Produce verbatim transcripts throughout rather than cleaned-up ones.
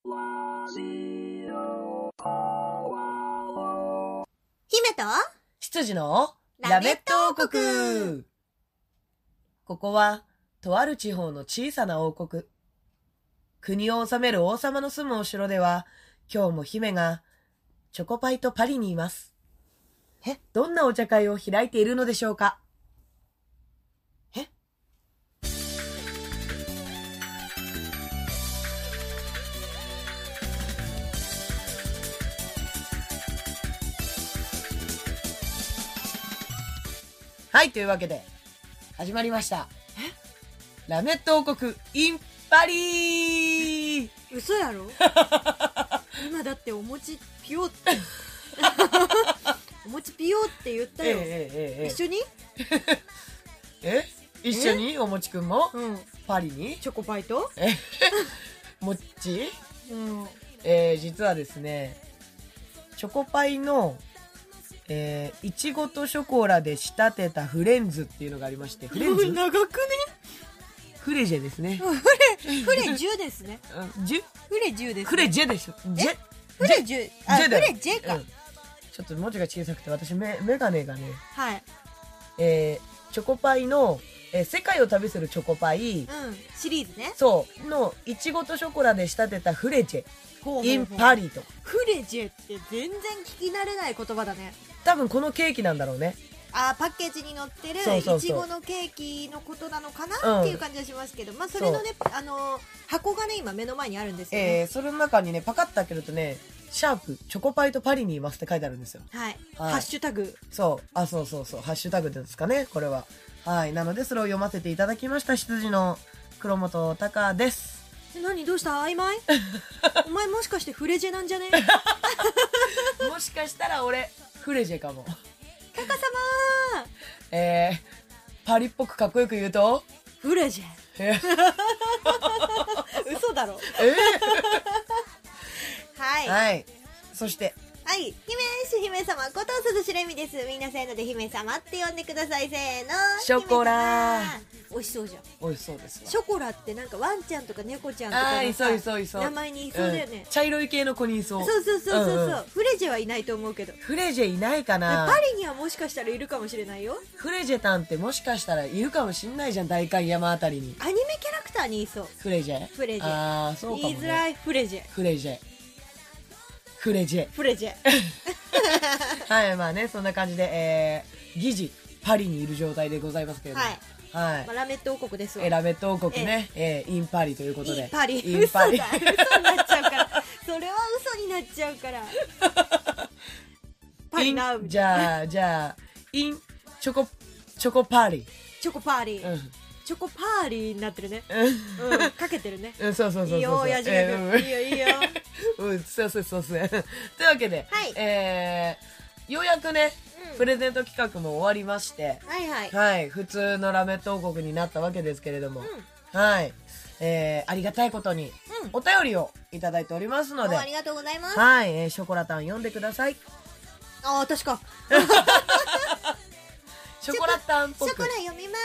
姫と羊のラメット王国。ここはとある地方の小さな王国。国を治める王様の住むお城では、今日も姫がチョコパイとパリにいます。え、どんなお茶会を開いているのでしょうか。えはい、というわけで始まりました。えラメット王国 in パリー。 嘘やろ今だってお餅ピヨってお餅ピヨって言ったよ、 ええええええ、 一緒にえ一緒におもちくんも、 うん、 パリにチョコパイとえもっち、 うんえー、実はですねチョコパイのえー、いちごとショコラで仕立てたフレンズっていうのがありまして、フレンズ長くねフレジェですね。 フレフレジュですね。 ジュフレジュです、ね。 フレジェでしょ。ジェフレジュあフレジェか、 うん。ちょっと文字が小さくて私メメガネがね。 はい。 えー、チョコパイの、えー、世界を旅するチョコパイ、 うん、シリーズね。 そうのいちごとショコラで仕立てたフレジェ。インパリと。 フレジェって全然聞き慣れない言葉だね。 多分このケーキなんだろうね。 あーパッケージに載ってるそうそうそういちごのケーキのことなのかなっていう感じはしますけど、うん、まあそれのねあのー、箱がね今目の前にあるんですよね。 えー、それの中にねパカッと開けるとねシャープチョコパイとパリにいますって書いてあるんですよ。 はい、 はい、 ハッシュタグ。 そうあそうそうそうハッシュタグですかねこれは。はい、なのでそれを読ませていただきました。羊の黒本隆です。 何どうした曖昧お前もしかしてフレジェなんじゃねもしかしたら俺フレジェかも。 タカ様えー、パリっぽくかっこよく言うとフレジェえ嘘だろえはいはい、そしてはい、姫主姫様こと鈴しれみです。みんなせーので姫様って呼んでください。せーのショコラ。 美味しそうじゃん。 美味しそうですわ。 ショコラってなんかワンちゃんとか猫ちゃんとかあーのいそういそういそう名前にいそうだよね、 うん、茶色い系の子にいそう。 そうそうそうそうそう、 うんうん、 フレジェはいないと思うけど。 フレジェいないかな。 パリにはもしかしたらいるかもしれないよ。 フレジェタンってもしかしたらいるかもしんないじゃん。代官山あたりにアニメキャラクターにいそう。 フレジェフレジェあーそうかも、ね、 言いづらい。フレジェフレジェフレジェフレジェはいまあねそんな感じで、えー、疑似パリにいる状態でございますけれども、 はい、 はい、 まあ、ラメット王国ですわ。 えラメット王国ね、えー、インパリということで。 インパリインパリ嘘だ嘘になっちゃうからそれは嘘になっちゃうからパリナウじゃあじゃあインチョコチョコパリチョコパーリー、 うんチョコパーリーになってるね。 うん、 うん、かけてるね。 うん、そうそうそうそうそう。 いいよ、親父ギャグ。いいよ、いいよ。 うん、そうそうそうそう。というわけで、 はい、 えー、ようやくね、うん、プレゼント企画も終わりまして、 はいはい。 はい、普通のラメット王国になったわけですけれども、うん、はい、えー、ありがたいことに、うん、お便りをいただいておりますので、 ありがとうございます。 はい、えー、ショコラタン読んでください。 あ、私か。 ショコラタンっぽく。 ショコラ読みます。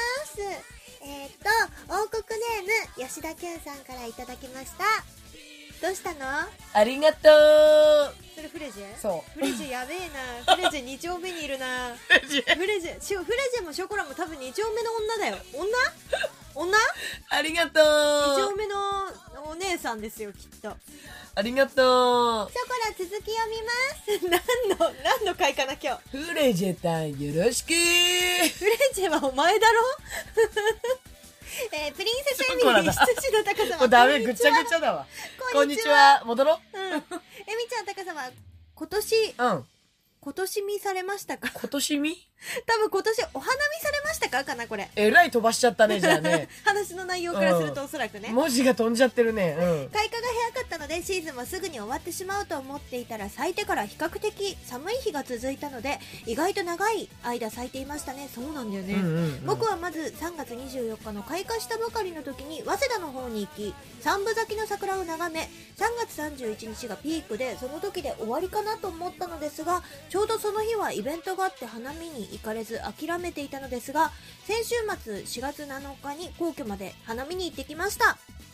えー、っと王国ネーム吉田健さんからいただきました。どうしたの？ ありがとう。 それフレジェ？ そうフレジェやべえな。フレジェに丁目にいるな。フレジェフレジェフレジェもショコラも多分に丁目の女だよ。女？女？ ありがとう。 に丁目のお姉さんですよきっと。 ありがとう。 ショコラ続き読みます。何の何の回かな今日。 フレジェタンよろしく。フレジェはお前だろ。えー、プリンセスエミリー羊の高さもうダメぐちゃぐちゃだわ。こんにちは。戻ろう。 うん。エミちゃん高さは今年うん今年見されましたか？ 今年見？ 多分今年お花見されましたかかなこれ。 えらい飛ばしちゃったねじゃあね。 話の内容からするとおそらくね。 文字が飛んじゃってるね。うん。 開花が早かったのでシーズンもすぐに終わってしまうと思っていたら咲いてから比較的寒い日が続いたので意外と長い間咲いていましたね。そうなんだよね。うんうんうん、僕はまずさんがつにじゅうよっかの開花したばかりの時に早稲田の方に行き三分咲きの桜を眺めさんがつさんじゅういちにちがピークでその時で終わりかなと思ったのですがちょうどその日はイベントがあって花見に行かれず諦めていたのですが先週末しがつなのかに皇居まで花見に行ってきました。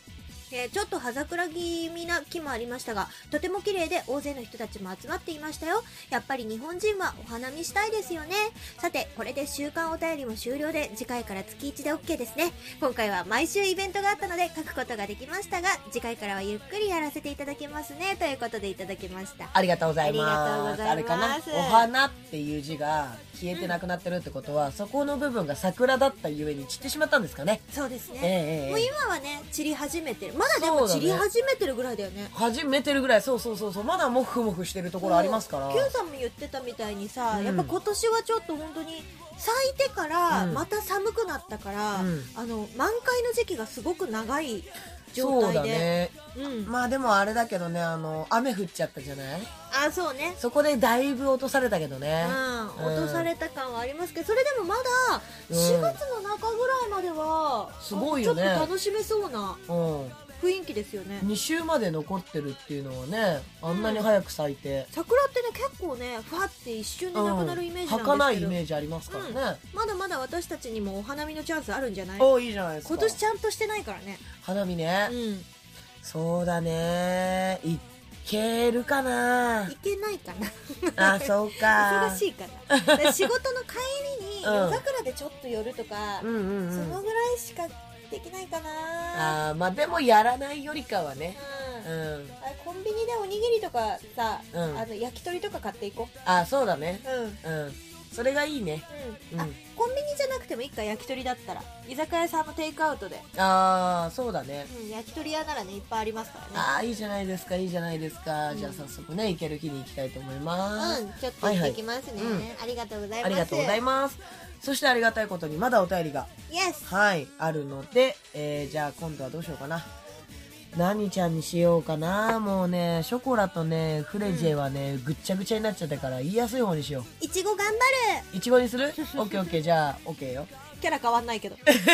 えーちょっと葉桜気味な木もありましたが、とても綺麗で大勢の人たちも集まっていましたよ。やっぱり日本人はお花見したいですよね。さて、これで週刊お便りも終了で、次回から月いちで OK ですね。今回は毎週イベントがあったので書くことができましたが、次回からはゆっくりやらせていただきますね、ということでいただきました。 ありがとうございます。 ありがとうございます。 あれかな、お花っていう字が消えてなくなってるってことは、うん、そこの部分が桜だったゆえに散ってしまったんですかね。 そうですね、 えー、 もう今はね散り始めてる。まだでも散り始めてるぐらいだよね。 始めてるぐらい。そうそうそうそう、まだモフモフしてるところありますから。 Q さんも言ってたみたいにさ、うん、やっぱ今年はちょっと本当に咲いてからまた寒くなったから、うん、あの満開の時期がすごく長い状態で。 そうだね、 うん、 まあでもあれだけどね、あの雨降っちゃったじゃない。 あ、そうね。 そこでだいぶ落とされたけどね、 うん、落とされた感はありますけど、それでもまだしがつの中ぐらいまでは、 うん、すごいよね。 ちょっと楽しめそうな雰囲気ですよね。 に週まで残ってるっていうのはね、あんなに早く咲いて、 うん、桜ってね結構ねふわって一瞬でなくなるイメージなんですけど、 儚いイメージありますからね、 うん、まだまだ私たちにもお花見のチャンスあるんじゃない？ お、いいじゃないですか。 今年ちゃんとしてないからね、 花見ね、 うん、 そうだね、いけるかな。 いけないかなあ、そうか忙しいかなだから仕事の帰りに夜桜でちょっと寄るとか、うんうんうん、そのぐらいしかできないかな。 あ、まあでもやらないよりかはね、 うん、うん、あ、コンビニでおにぎりとかさ、うん、あの焼き鳥とか買っていこう。 あ、そうだね、 うん、うん、 それがいいね、 うん、あ、コンビニじゃなくてもいいか、焼き鳥だったら居酒屋さんのテイクアウトで。 ああ、そうだね、 うん、焼き鳥屋ならねいっぱいありますからね。 ああ、いいじゃないですか、いいじゃないですか、うん、じゃあ早速ね行ける日に行きたいと思います。 うん、ちょっと行ってきますね、はいはい、うん、ありがとうございます。 ありがとうございます。そしてありがたいことにまだお便りが、 yes、 はい、あるので、えー、じゃあ今度はどうしようかな。何ちゃんにしようかな。もうね、ショコラとねフレジェはね、うん、ぐっちゃぐちゃになっちゃったから言いやすい方にしよう。 いちご頑張る。 いちごにするオッケーオッケー、じゃあオッケーよ。 キャラ変わんないけど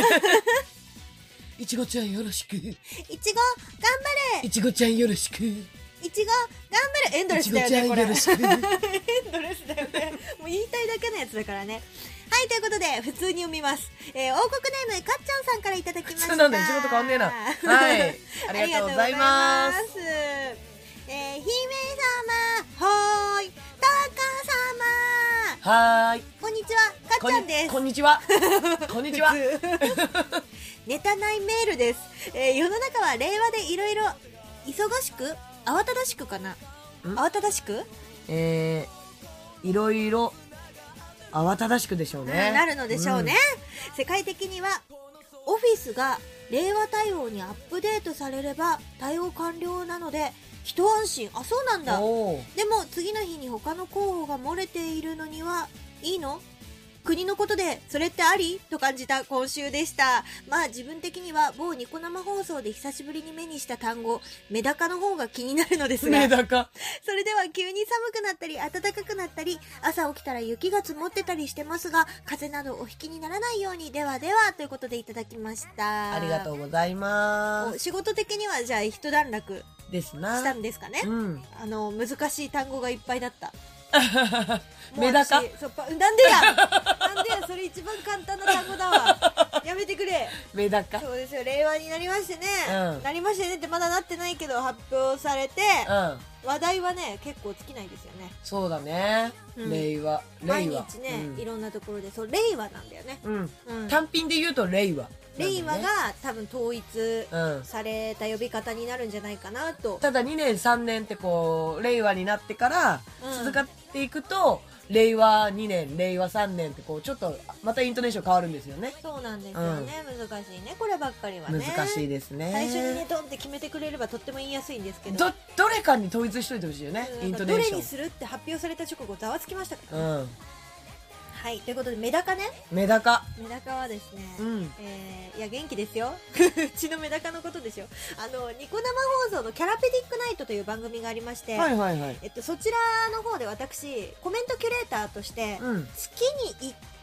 いちごちゃんよろしく。いちご頑張れ。 いちごちゃんよろしく。 いちご頑張れ。エンドレスだよねこれ。エンドレスだよねもう言いたいだけのやつだからね。はい、ということで普通に読みます。えー、王国ネームかっちゃんさんからいただきました。 普通なんだ、いちごと変わんねえな。はい、ありがとうございます。 えー、姫様、はーい、タカ様、 はーい、 こんにちは、かっちゃんです。 こんにちはこんにちはネタないメールです。えー、世の中は令和でいろいろ忙しく慌ただしくかな、慌ただしくえー、いろいろ慌ただしくでしょうね、 うん、なるのでしょうね、うん、世界的にはオフィスが令和対応にアップデートされれば対応完了なので一安心。あ、そうなんだ。でも次の日に他の候補が漏れているのにはいいの？国のことでそれってあり？と感じた今週でした。まあ自分的には某ニコ生放送で久しぶりに目にした単語メダカの方が気になるのですが、 メダカそれでは急に寒くなったり暖かくなったり朝起きたら雪が積もってたりしてますが、風邪などお引きにならないように。ではでは、ということでいただきました。 ありがとうございます。 仕事的にはじゃあ一段落ですなしたんですかね、うん、あの難しい単語がいっぱいだったメダカ、 そなんでやなんでや、それ一番簡単な単語だわやめてくれ。 メダカ、 そうですよ、令和になりましてね、うん、なりましてねってまだなってないけど発表されて、うん、話題はね結構尽きないですよね。 そうだね、うん、令和毎日ね、うん、いろんなところでそう令和なんだよね、 うんうん、単品で言うと令和、 令和が多分統一された呼び方になるんじゃないかなと、 うん、ただにねんさんねんってこう令和になってから続かっていくと、うん、令和にねん令和さんねんってこうちょっとまたイントネーション変わるんですよね。 そうなんですよね、うん、難しいねこればっかりはね。 難しいですね。 最初にねドンって決めてくれればとっても言いやすいんですけど、 ど, どれかに統一しといてほしいよね、イントネーション。 どれにするって発表された直後ざわつきましたからね、うん、はい、ということでメダカね、 メダカメダカはですね、 うん、 えー、いや元気ですようちのメダカのことでしょ。あのニコ生放送のキャラペディックナイトという番組がありまして、 はいはいはい、はい、 えっと、そちらの方で私コメントキュレーターとして、うん、月にいっ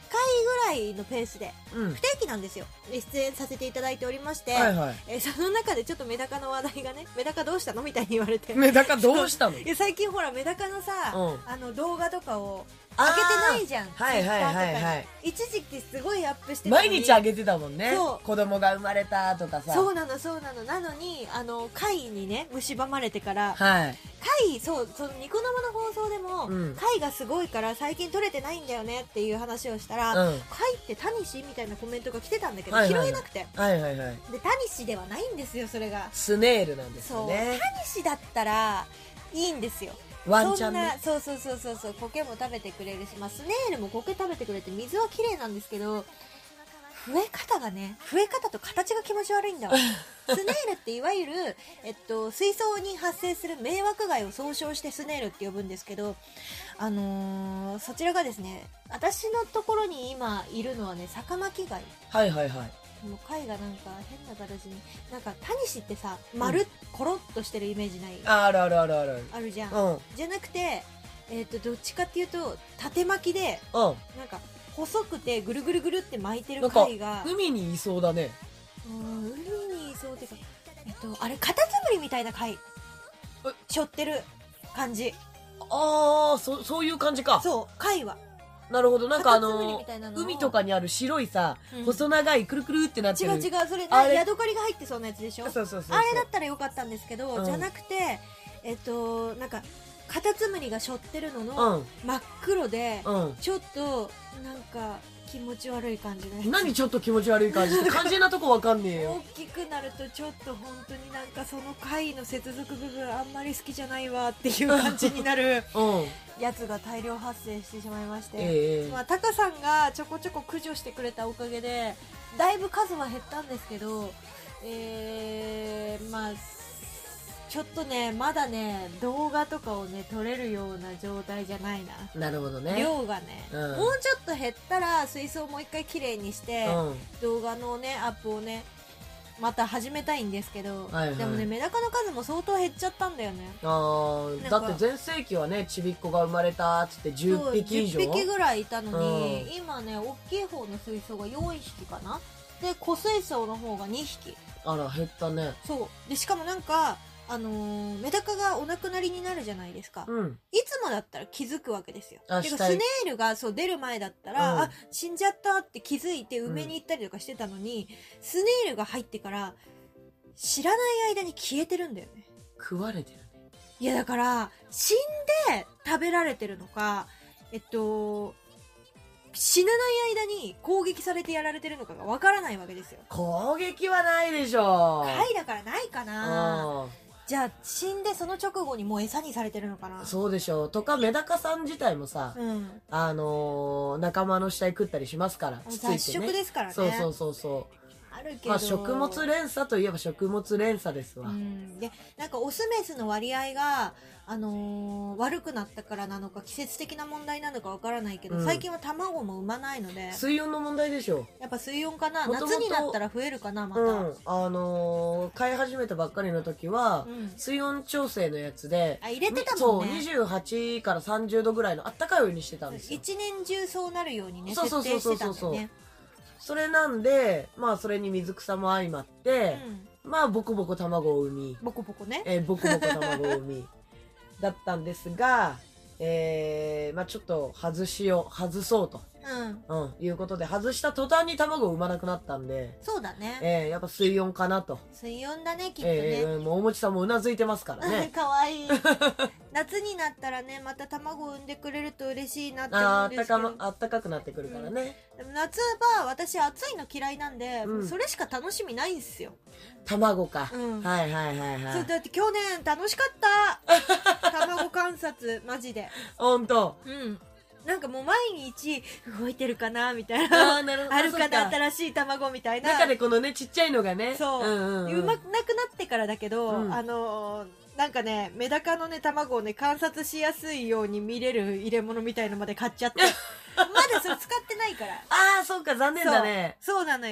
ぐらいのペースでうん不定期なんですよ、出演させていただいておりまして、 はいはい。 えーその中でちょっとメダカの話題がね、メダカどうしたのみたいに言われて、 メダカどうしたの？ いや最近ほらメダカのさ、 うんあの動画とかをあ上げてーないじゃん。 はいはいはいはい Twitter とかに一時期すごいアップしてたのに毎日あげてたもんね。 そう子供が生まれたとかさ。 そうなのそうなの。なのにあの貝にね蝕まれてからはい。 貝、そうそのニコ生の放送でも、 うん貝がすごいから最近取れてないんだよねっていう話をしたら、 うん貝ってタニシみたいなコメントが来てたんだけど、 はいはいはい拾えなくて、 はいはいはい。 でタニシではないんですよそれが。 スネールなんですそう、 よね。 タニシだったらいいんですよ。 ワンチャンそんなね。 そうそうそうそうそう、苔も食べてくれるし、まあ、スネールも苔食べてくれて水は綺麗なんですけど、増え方がね、増え方と形が気持ち悪いんだわ。スネールっていわゆる、えっと、水槽に発生する迷惑貝を総称してスネールって呼ぶんですけど、あのー、そちらがですね、私のところに今いるのはね、坂巻貝。 はいはいはい。 もう貝がなんか変な形に、なんかタニシってさ、丸っ、コロッとしてるイメージない？ ああるあるあるある。 あるじゃん。 うん。うん。 じゃなくて、えっと、どっちかっていうと、縦巻きで、なんか、細くてぐるぐるぐるって巻いてるなんか貝が、 海にいそうだね。 うん海にいそうっていうか、えっと、あれ、カタツムリみたいな貝。背負ってる感じ。 ああ、そ、そういう感じか。 そう、貝は。 なるほど。なんかあカタツムリのみたいなのを海とかにある白いさ、 うん細長いくるくるってなってる。 違う違う、それ、 あれヤドカリが入ってそうなやつでしょ？ そうそうそうそう。 あれだったらよかったんですけど、 うんじゃなくて、えっと、なんか、カタツムリが背負ってるのの、 うん。 真っ黒で、 うん。 ちょっと、なんか、気持ち悪い感じのやつ。 何ちょっと気持ち悪い感じって肝心なとこわかんねえよ大。きくなるとちょっと本当になんかその貝の接続部分あんまり好きじゃないわっていう感じになるうん。 やつが大量発生してしまいまして、 ええまあ、タカさんがちょこちょこ駆除してくれたおかげでだいぶ数は減ったんですけど、えー、まあちょっとねまだね動画とかをね撮れるような状態じゃないな。 なるほどね。 量がね、 うんもうちょっと減ったら水槽もう一回きれいにして、 うん。 動画のねアップをねまた始めたいんですけど、 はいはいでもねメダカの数も相当減っちゃったんだよね。 ああ、 なんかだって全盛期はね、ちびっ子が生まれたっつってじゅっぴき以上。 そうじゅっぴきぐらいいたのに、 うん今ね大きい方の水槽がよんひきかな。で小水槽の方がにひき。 あら、減ったね。 そうでしかもなんかあのーメダカがお亡くなりになるじゃないですか、 うん。 いつもだったら気づくわけですよ。 あてかス死体ネールがそう出る前だったら、 うんあ死んじゃったって気づいて埋めに行ったりとかしてたのに、スネールが入ってから知らない間に消えてるんだよね。 食われてるね。 いやだから死んで食べられてるのか、えっと死なない間に攻撃されてやられてるのかがわからないわけですよ。 攻撃はないでしょ。 貝だからないかな。 あじゃあ死んでその直後にもう餌にされてるのかな。 あ、そうでしょう。とか、メダカさん自体もさ、 うん、 あのー仲間の死体食ったりしますから、つついてね。 雑食ですからね。 そうそうそうそう。 あるけど、 まあ、食物連鎖といえば食物連鎖ですわ。 うん、でなんかオスメスの割合が、あのー悪くなったからなのか季節的な問題なのかわからないけど、 うん最近は卵も産まないので水温の問題でしょやっぱ水温かな。 もともと夏になったら増えるかなまた、 う。 うんん。あのー飼い始めたばっかりの時は、 ん、 水温調整のやつで、 あ入れてたそう、 もんね。 にじゅうはちからさんじゅうどぐらいのあったかいお湯にしてたんですよ。 一年中そうなるようにねそうそうそう設定そうそうしてたんだよね。 それなんで、まあそれに水草も相まって、 うん、 まあボコボコ卵を産み、 ボコボコね。 えーボコボコ卵を産み、だったんですが、えー、まあちょっと外しよう、外そうと、 うん、 うん、いうことで、外した途端に卵を産まなくなったんで、 そうだね。 えー、やっぱ水温かなと。 水温だねきっとね。 えー、もうおもちさんもうなずいてますからね。 かわいい。夏になったらねまた卵を産んでくれると嬉しいなって思あーあうんですけど、 ったかま、あったかくなってくるからね。 でも夏場私暑いの嫌いなんで、 うんもうそれしか楽しみないんですよ。 卵か。 うんはいはいはいはい。 そうだって去年楽しかった卵観察マジで。 ほんと。 うんなんかもう毎日動いてるかなみたいなあーなるほど。 あるかなそっか新しい卵みたいな。 中でこのね、ちっちゃいのがね。 そう、 んうんうん、 うまくなくなってからだけど、 うんあのーなんかねメダカのね卵をね観察しやすいように見れる入れ物みたいのまで買っちゃってまだそれ使ってないから。 ああ、そうか、残念だね。 そうそうなのよ。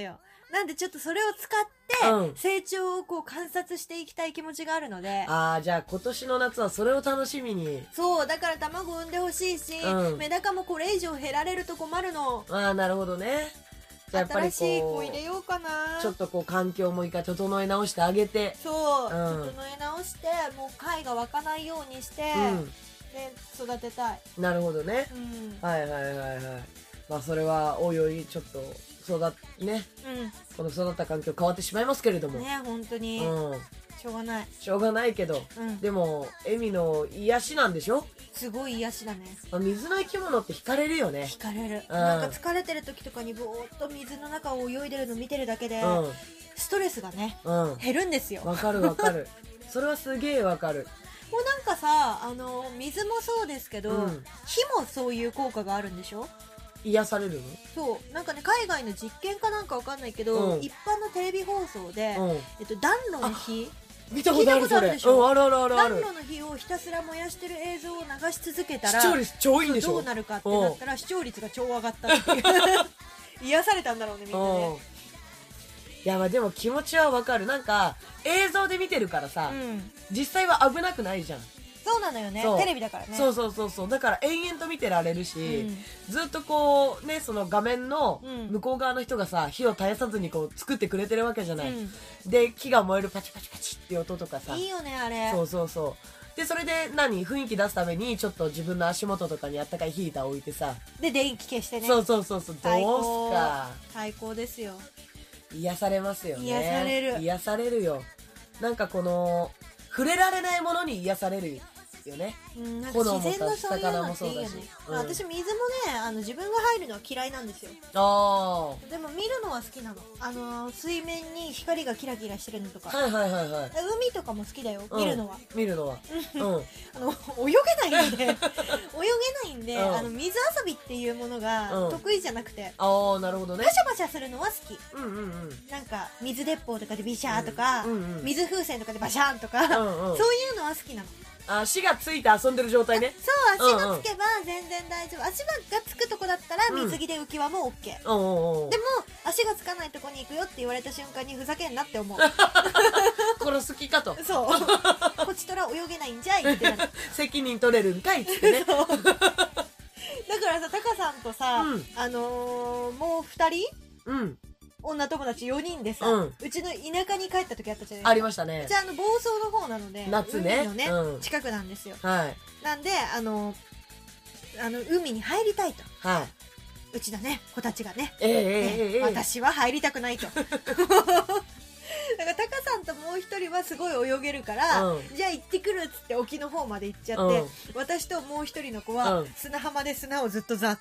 なんでちょっとそれを使って、 うん成長をこう観察していきたい気持ちがあるので、 ああ、じゃあ今年の夏はそれを楽しみに。 そう、だから卵産んでほしいし、 うんメダカもこれ以上減られると困るの。 ああ、なるほどね。じゃあやっぱり新しい子こ入れようかな。 う、ちょっとこう環境も一回整え直してあげて。 そう、 うん整え直して、もう貝が湧かないようにして、 うん。 で、育てたい。 なるほどね。 うん。 はいはいはいはい。まあそれはおいおいちょっと育っ、ね。この育った環境変わってしまいますけれども。 うん。ね、本当に、 うん。 しょうがない。 しょうがないけど。 うん。 でも、エミの癒しなんでしょ？ すごい癒しだね。 まあ水の生き物って惹かれるよね。 惹かれる。 うんなんか疲れてる時とかにぼーっと水の中を泳いでるの見てるだけで、 うストレスがね、 ん。うん。 減るんですよ。もわかるわかる。それはすげえわかる。 うなんかさ、あの、水もそうですけど、 うん火もそういう効果があるんでしょ？ 癒されるそう。なんかね、海外の実験かなんかわかんないけど、 うん一般のテレビ放送で、 の？うん。 えっと、暖炉の火見たことある聞いたことそれ。 あるでしょうん、あるあるあるある。 暖炉の火をひたすら燃やしてる映像を流し続けたら、 視聴率超いいんでしょ？ どうなるかってなったら視聴率が超上がったっていう癒されたんだろうね、みんなうん。 ね。 いや、まあでも気持ちはわかる。なんか、映像で見てるからさ、 うん。 実際は危なくないじゃん。 そうなのよねそう。 テレビだからね。 そうそうそうそう。だから延々と見てられるし、 うんずっとこう、ね、その画面のうん向こう側の人がさ、火を絶やさずにこう作ってくれてるわけじゃない。 うんで、木が燃えるパチパチパチっていう音とかさ。 いいよね、あれ。 そうそうそう。で、それで何雰囲気出すために、ちょっと自分の足元とかにあったかいヒーターを置いてさ。 で、電気消してね。 そうそうそうそう。ど最う高すか。 最高ですよ。 癒されますよね。 癒される癒されるよ。なんかこの、触れられないものに癒されるよね。 うん、なんか炎も自然のそういうの魚もっていいよねそうだし。うんまあ私、水もね、あの、自分が入るのは嫌いなんですよ。 あでも見るのは好きなの。あのー、水面に光がキラキラしてるのとか。 あ。はいはいはいはい。 海とかも好きだよ、 うん見るのは。 見るのは。うん。 あの、泳げないんで、泳げないんで、 うんあの、水遊びっていうものがうん得意じゃなくて、 ああ、なるほどねバ。シャバシャするのは好き。 うんうんうん。 なんか、水鉄砲とかでビシャーとか、 うんうんうん水風船とかでバシャーンとか、 うんうんそういうのは好きなの。 あ、死がついて遊んでる状態ね。 そう、足がつけば全然大丈夫。足がつくとこだったらうん水着で浮き輪も OK。 うんうんうん。 でも、足がつかないとこに行くよって言われた瞬間にふざけんなって思う。 殺す気かと。 そう。こちとら泳げないんじゃいってなる。 責任取れるんかいっつってね。 そう。だからさ、タカさんとさ、 うんあのー、もう二人うん。 女友達よにんでさ、 ううんちの田舎に帰った時あったじゃないありですか。 ましたねうち。あの、房総の方なので、 夏ね海のね、 うん近くなんですよ。 はい。 なんで、あのー、あの、海に入りたいと。 はい。 うちのね、子たちがね。 ええええねええ。 私は入りたくないと。だからタカさんともう一人はすごい泳げるから、 うんじゃあ行ってくるっつって沖の方まで行っちゃって、 うん私ともう一人の子は、 うん砂浜で砂をずっとザッ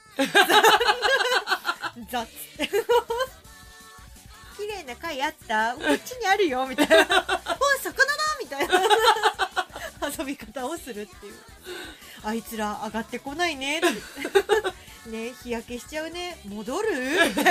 ザッつって綺麗な貝あったこっちにあるよみたいなおい魚だみたいな遊び方をするっていうあいつら上がってこないねってね日焼けしちゃうね戻るみたいな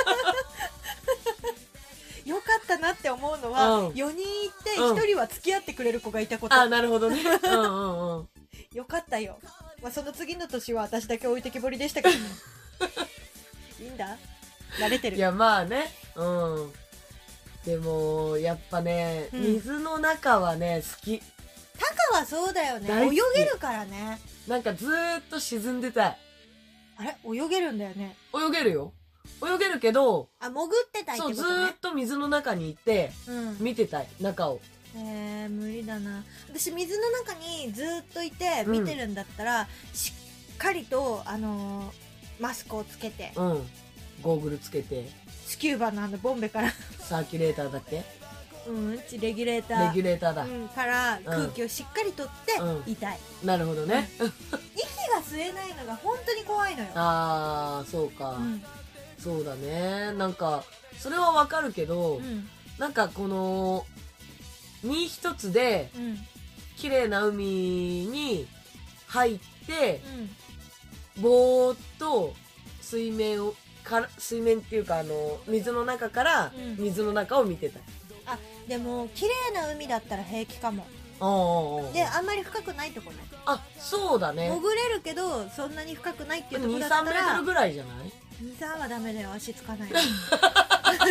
よかったなって思うのは、 うんよにんいてうんひとりは付き合ってくれる子がいたこと、 あ、なるほどね。うんうんうん。 よかったよ、まあ、その次の年は私だけ置いてきぼりでしたけどねいいんだ慣れてるいや、まあね。うん。でも、やっぱね、 うん水の中はね、好き。 タカはそうだよね泳大好きげるからねなんかずーっと沈んでたい。 あれ泳げるんだよね泳げるよ。泳げるけど、 あ潜ってたいってそう、ずことねーっと水の中にいて、 うん見てたい、中を。 えー、無理だな私水の中にずっといて見てるんだったら、しっかりとあのーマスクをつけてうん。ゴーグルつけて、 スキューバのあのボンベからサーキュレーターだっけうんうちレギュレータレーギュレーターだ。 うん、から空気をしっかりとってうんいたい、 なるほどね。 息が吸えないのが本当に怖いのよ、 あー、そうか。 うんそうだね。なんか、それはわかるけど、 うんなんかこの、身一つで、 うん綺麗な海に入って、 うんぼーっと水面を、から水面っていうかあの、水の中からうん水の中を見てたい。 あでも綺麗な海だったら平気かもおーおーおーであんまり深くないとこねあ、そうだね。 潜れるけどそんなに深くないっていうとこに、 だったさんメートらルぐらいじゃないに、さんはダメだよ足つかない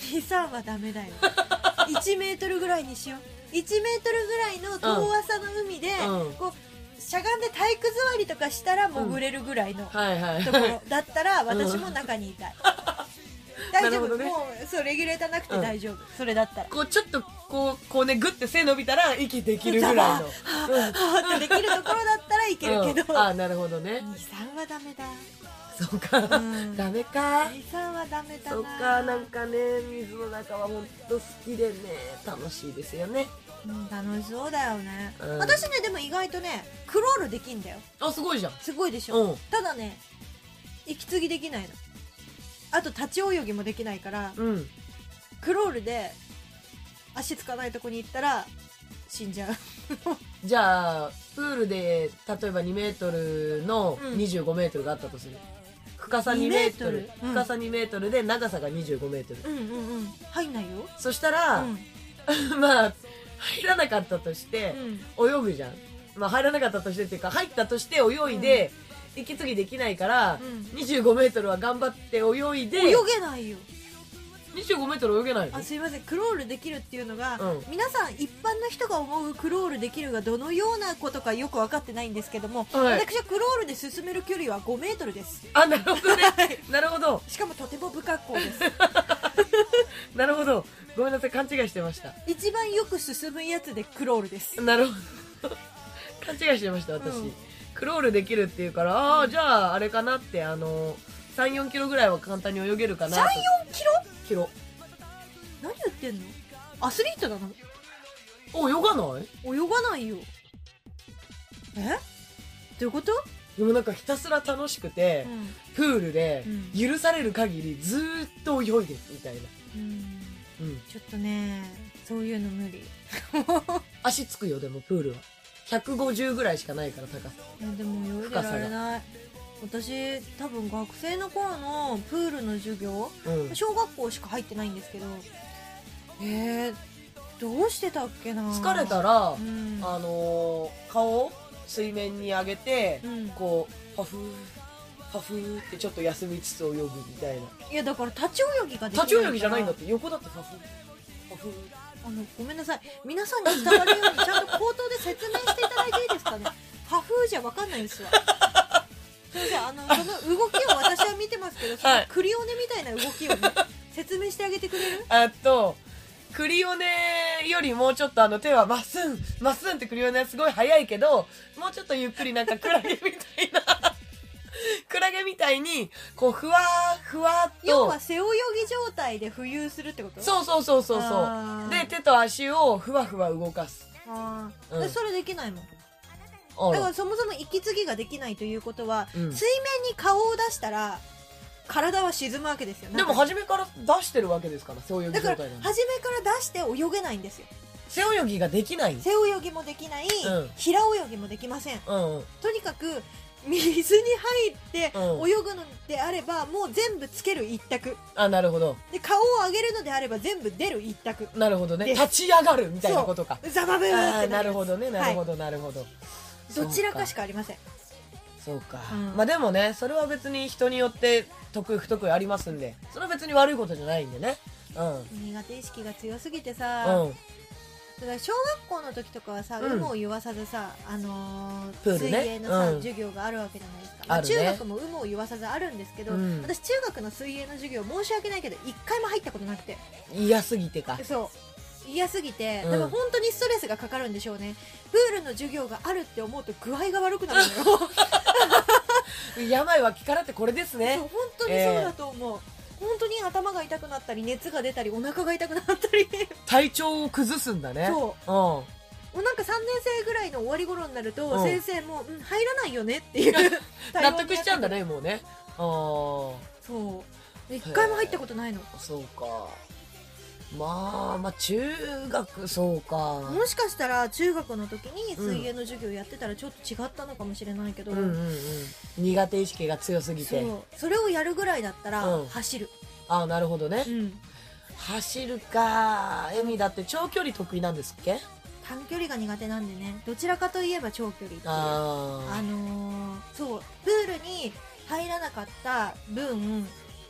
に、さんはダメだよいちメートルぐらいにしよう。いちメートルぐらいの遠浅の海で、 うん、 こうしゃがんで体育座りとかしたら潜れるぐらいのとこはいはいろだったら私も中にいたい、大丈夫、 なるほどね。 もうそうレギュレーターなくて大丈夫、それだったらこうちょっとこうこうねグッて背伸びたら息できるぐらいのはぁってできるところだったらいけるけど、 うん、ああなるほどね。 に、さんはダメだ。 そうか、 うん、 ダメか。 に、さんはダメだな。 そっか、なんかね水の中は本当好きでね楽しいですよね。 うん、楽しそうだよね、 うん、 私ねでも意外とねクロールできんだよ。 あすごいじゃん。 すごいでしょ、 うん、 ただね息継ぎできないの。あと立ち泳ぎもできないから、 うん、 クロールで足つかないとこに行ったら死んじゃうじゃあプールで例えばにメートルのうんにじゅうごメートルがあったとする、深さにメートル、 にメートルうん深さにメートルで長さがにじゅうごメートル、 うんうんうん入んないよ。 そしたら、 うんまあ入らなかったとしてうん泳ぐじゃん、まあ入らなかったとしてっていうか入ったとして泳いで、息継ぎできないから、 うんにじゅうごメートルは頑張って泳いで、 泳げないよ。 にじゅうごメートル泳げないのあ、すいません、クロールできるっていうのが、 うん皆さん一般の人が思うクロールできるがどのようなことかよく分かってないんですけども、 はい私はクロールで進める距離はごメートルです。 あなるほどねはいなるほどしかもとても不格好ですなるほど、ごめんなさい勘違いしてました。 一番よく進むやつでクロールです。 なるほど勘違いしてました私、 うんクロールできるっていうからああ、じゃああれかなってあのさん、よんキロぐらいは簡単に泳げるかなと。 さん、よんキロキロ何言ってんの。アスリートなの。 お泳がない？ 泳がないよ。えどういうこと。 でもなんかひたすら楽しくて、 うプールでうん許される限りずーっと泳いでるみたいな、 ん、うん、 うん、 ちょっとねそういうの無理足つくよ。でもプールはひゃくごじゅうぐらいしかないから高さ。 いやでも泳いでられない。私多分学生の頃のプールの授業、 うん、 小学校しか入ってないんですけど、えー、どうしてたっけな。 疲れたら、 うん、 あのー顔を水面に上げて、 うんこうパフーパフーってちょっと休みつつ泳ぐみたいな。 いやだから立ち泳ぎができないから。 立ち泳ぎじゃないんだって。横だってパフーパフー。 あのごめんなさい、皆さんに伝わるようにちゃんと口頭で説明していただいていいですかね。パフーじゃ分かんないですわ。すいません、あのその動きを私は見てますけど、そのクリオネみたいな動きをね説明してあげてくれる。 あとクリオネよりもうちょっとあの手はまっすんまっすんってクリオネはすごい速いけど、もうちょっとゆっくりなんかクラゲみたいなクラゲみたいにこうふわーふわーっと、 要は背泳ぎ状態で浮遊するってこと。う。 そうそうそうそうそあーうで手と足をふわふわ動かす。 あー、 うんでそれできないもん。 あらだからそもそも息継ぎができないということは、 うん水面に顔を出したら体は沈むわけですよ。 でも初めから出してるわけですから、背泳ぎだから状態なんで。 初めから出して泳げないんですよ。 背泳ぎができない。 背泳ぎもできない、 うん平泳ぎもできません。 うんうん。 とにかく水に入ってうん泳ぐのであれば、もう全部つける一択あ、なるほど。 で、顔を上げるのであれば全部出る一択。 なるほどね。 で立ち上がるみたいなことか。 ザバブーってああ、ななるるほどね、なるほど、なるほど。 どちらかしかありません。 そうか。 うんまあでもね、それは別に人によって得意不得意ありますんで、それは別に悪いことじゃないんでね。うん。 苦手意識が強すぎてさ、 うん。 だから小学校の時とかはさ、 うん有無を言わさずさ、あのープールね水泳のさ、 うん授業があるわけじゃないですか、まああるね中学も有無を言わさずあるんですけど、 うん私中学の水泳の授業申し訳ないけど一回も入ったことなくて、 嫌すぎてか。 そう嫌すぎて、 うん多分本当にストレスがかかるんでしょうね。プールの授業があるって思うと具合が悪くなるのよ病は気からってこれですね。 そう本当にそうだと思う、本当に頭が痛くなったり熱が出たりお腹が痛くなったり体調を崩すんだね。。 そううん。 もうなんかさんねん生ぐらいの終わり頃になると、 うん先生も、うん、入らないよねっていう対応になって納得しちゃうんだね、もうね。ああ。 そうで一回も入ったことないの。 そうか。まあ、まあ、中学、そうか。 もしかしたら中学の時に水泳の授業やってたらちょっと違ったのかもしれないけど、 うんうんうん。苦手意識が強すぎて。 そうそれをやるぐらいだったらうん走る、 ああ、なるほどねう。ん、 走るか。エミだって長距離得意なんですっけ？ 短距離が苦手なんでね、どちらかといえば長距離っていう、ああのーそうプールに入らなかった分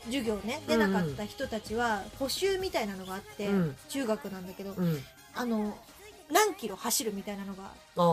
授業ね出なかった人たちは補習みたいなのがあって、 うん、 中学なんだけど、 うん、 あの何キロ走るみたいなのが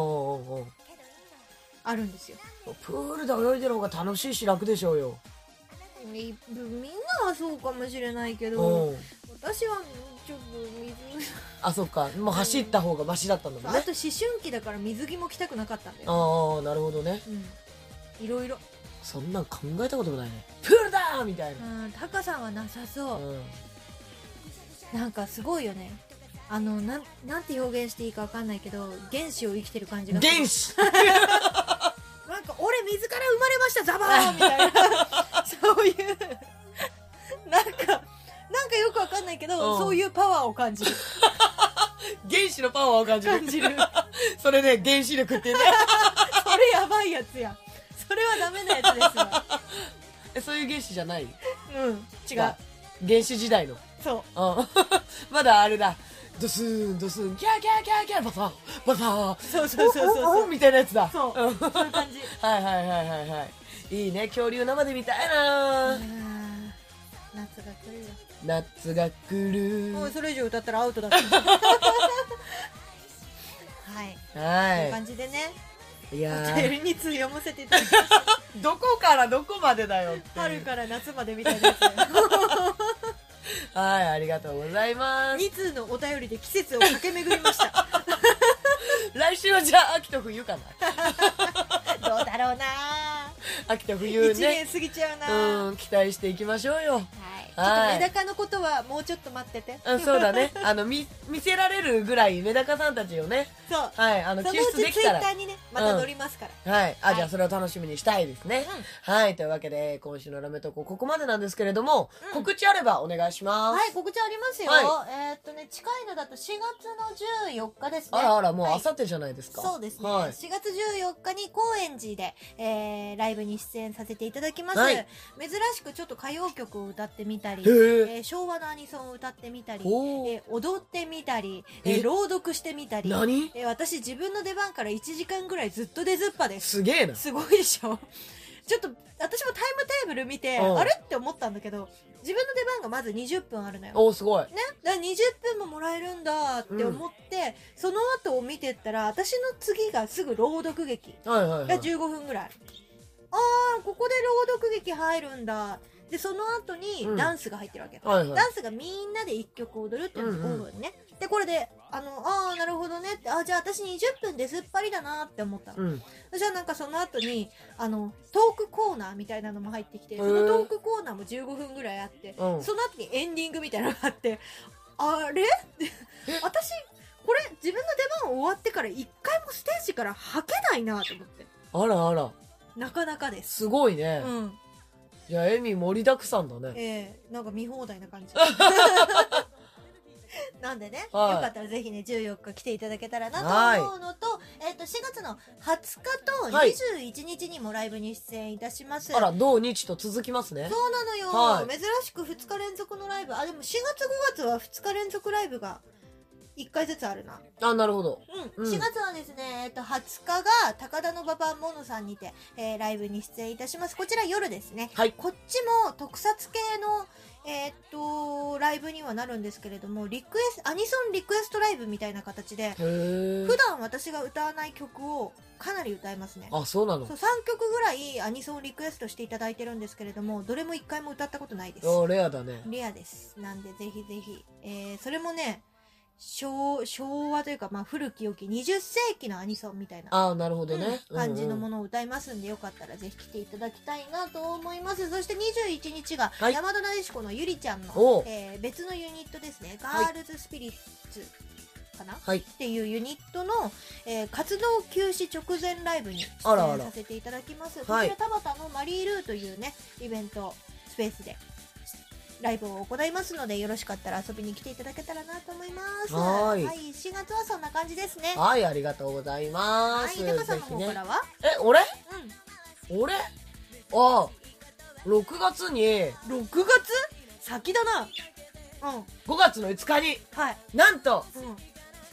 あるんですよ。 プールで泳いでる方が楽しいし楽でしょうよ。 みみんなはそうかもしれないけど、私はちょっと水あ、そっか、もう走った方がマシだったんだもんね。 あと思春期だから水着も着たくなかったんだよ。 ああ、なるほどね。 うん、いろいろそんなん考えたこともないね。プールだーみたいな。 うん、タカさんはなさそう、 うん、 なんかすごいよね。あのなんなんて表現していいかわかんないけど、原始を生きてる感じがする。 原始なんか俺水から生まれましたザバーンみたいなそういうなんかなんかよくわかんないけど、うん、そういうパワーを感じる原子のパワーを感じる感じるそれね、原子力ってねそれやばいやつや。それはダメなやつですわえ、そういう原子じゃない？ うん違う、 原始時代の。 そう、 うん、まだあれだ、ドスーンドスーンキャーキャーキャーキャーバサーバサー、 そうそうそうそうそうみたいなやつだ。 そうそういう感じはいはいはいはいはい。いいね、恐竜生で見たいな。 夏が来るよ。 夏が来る。 もうそれ以上歌ったらアウトだったはいはい、という感じでね、いやお便りに通読ませていただきましたどこからどこまでだよって。 春から夏までみたいなやつはい、ありがとうございます。 に通のお便りで季節を駆け巡りました来週はじゃあ秋と冬かなどうだろうな。 秋と冬ね、いちねん過ぎちゃうな。 うん、期待していきましょうよ。 はい、ちょっとメダカのことはもうちょっと待ってて。 うん、そうだね。あの、見、見せられるぐらいメダカさんたちをね。 そう。 はい、あの、 救出できたら。そのうちツイッターにね、また乗りますから。 うん、はい。あ、じゃあそれを楽しみにしたいですね。 うん、 はい。というわけで、今週のラメトコここまでなんですけれども、うん、告知あればお願いします。 はい、告知ありますよ。はい、えー、っとね、近いのだとしがつのじゅうよっかですね。 あらあら、もうあさってじゃないですか。 はい、そうですね。はい、しがつじゅうよっかに高円寺で、えー、ライブに出演させていただきます。はい、珍しくちょっと歌謡曲を歌ってみたり、えー、昭和のアニソンを歌ってみたり、えー、踊ってみたり、えー、朗読してみたり。 何？ えー、私自分の出番からいちじかんぐらいずっと出ずっぱです。 すげえな。 すごいでしょちょっと私もタイムテーブル見て、あれって思ったんだけど、自分の出番がまずにじゅっぷんあるのよ。 おー、すごい。 ね。だからにじゅっぷんももらえるんだって思って、うん、その後を見てったら、私の次がすぐ朗読劇がじゅうごふんぐらい。はいはいはい、あー、ここで朗読劇入るんだ。で、その後にダンスが入ってるわけ。うん、はいはい、ダンスがみんなでいっきょく踊るっていうのが多いね。うんうん、で、これで、あの、あー、なるほどねって、あ、じゃあ私にじゅっぷんで出っ張りだなって思ったの。うん、じゃあなんかその後に、あの、トークコーナーみたいなのも入ってきて、そのトークコーナーもじゅうごふんぐらいあって、うん、その後にエンディングみたいなのがあって、あれ私、これ自分の出番終わってから一回もステージから吐けないなと思って。 あらあら。 なかなかです。 すごいね。 うん。 いや、エミ盛りだくさんだね。 ええー、なんか見放題な感じ。なんでね、はい、よかったらぜひね、じゅうよっか来ていただけたらなと思うのと、はい、えっと、しがつのはつかとにじゅういちにちにもライブに出演いたします。 はい、あら、同日と続きますね。 そうなのよ。はい、珍しくふつか連続のライブ。あ、でもしがつごがつはふつか連続ライブがいっかいずつあるな。 あ、なるほど。 うん。しがつはですね、えっと、はつかが、高田の馬場モノさんにて、えー、ライブに出演いたします。こちら夜ですね。はい。こっちも特撮系の、えー、っと、ライブにはなるんですけれども、リクエスト、アニソンリクエストライブみたいな形で、普段私が歌わない曲をかなり歌いますね。 あ、そうなの？ そう、さんきょくぐらいアニソンリクエストしていただいてるんですけれども、どれもいっかいも歌ったことないです。 おー、レアだね。 レアです。なんで、ぜひぜひ。えー、それもね、昭, 昭和というか、まあ、古き良きにじゅっせいきのアニソンみたいなあなるほどね、 うん、感じのものを歌いますんで、よかったらぜひ来ていただきたいなと思います。そしてにじゅういちにちが、はい、山田なでしこのゆりちゃんの、えー、別のユニットですね、ガールズスピリッツかな、はい、っていうユニットの、えー、活動休止直前ライブに出演させていただきます。こちら田端のマリールーというねイベントスペースでライブを行いますので、よろしかったら遊びに来ていただけたらなと思います。はい。はい、しがつはそんな感じですね。 はい、ありがとうございます。 はい、タカさんの方からは、ね、 え、俺うん。俺あ、ろくがつに。 ろくがつ先だな。うん。 ごがつのいつかに。 はい。 なんと、 うん、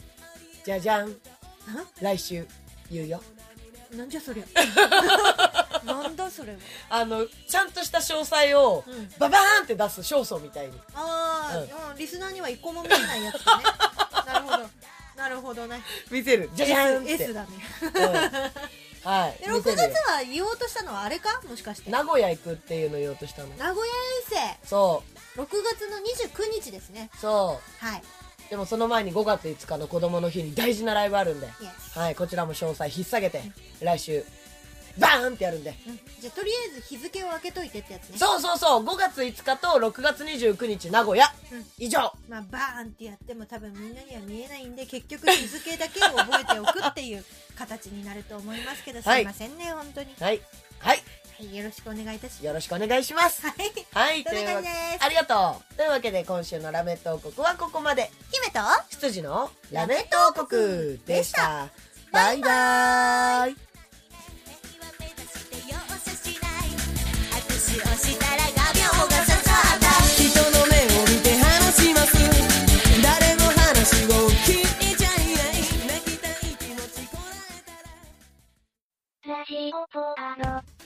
じゃじゃん。来週、言うよ。 なんじゃそりゃ。 なんだそれは。 あの、ちゃんとした詳細を、 うん、 ババーンって出す、焦燥みたいに。 ああ、うん、リスナーには一個も見えないやつだね。なるほど。なるほどね。 見せる。じゃじゃーんって。 S, S だね。 うん、はい。 ろくがつは言おうとしたのはあれかもしかして。 名古屋行くっていうのを言おうとしたの。 名古屋遠征。 そう。 ろくがつのにじゅうくにちですね。 そう。 はい。 でもその前にごがついつかの子供の日に大事なライブあるんで、 yes. はい、こちらも詳細引っ提げて、うん、来週、バーンってやるんで。 うん、じゃあとりあえず日付を開けといてってやつね。 そうそうそう、ごがついつかとろくがつにじゅうくにち名古屋。うん、以上。 まあ、バーンってやっても多分みんなには見えないんで、結局日付だけを覚えておくっていう形になると思いますけど、すいませんね、はい、本当に。 はい。はい。 はい、よろしくお願いいたします。 よろしくお願いします。 はい。 はい。 というわけです。 ありがとう。というわけで今週のラメット王国はここまで。 姫と羊のラメット王国でした。バイバーイ。人の目を見て話します。誰の話を聞いちゃいない。泣きたい気持ちこらえたら。ラジオポアロ。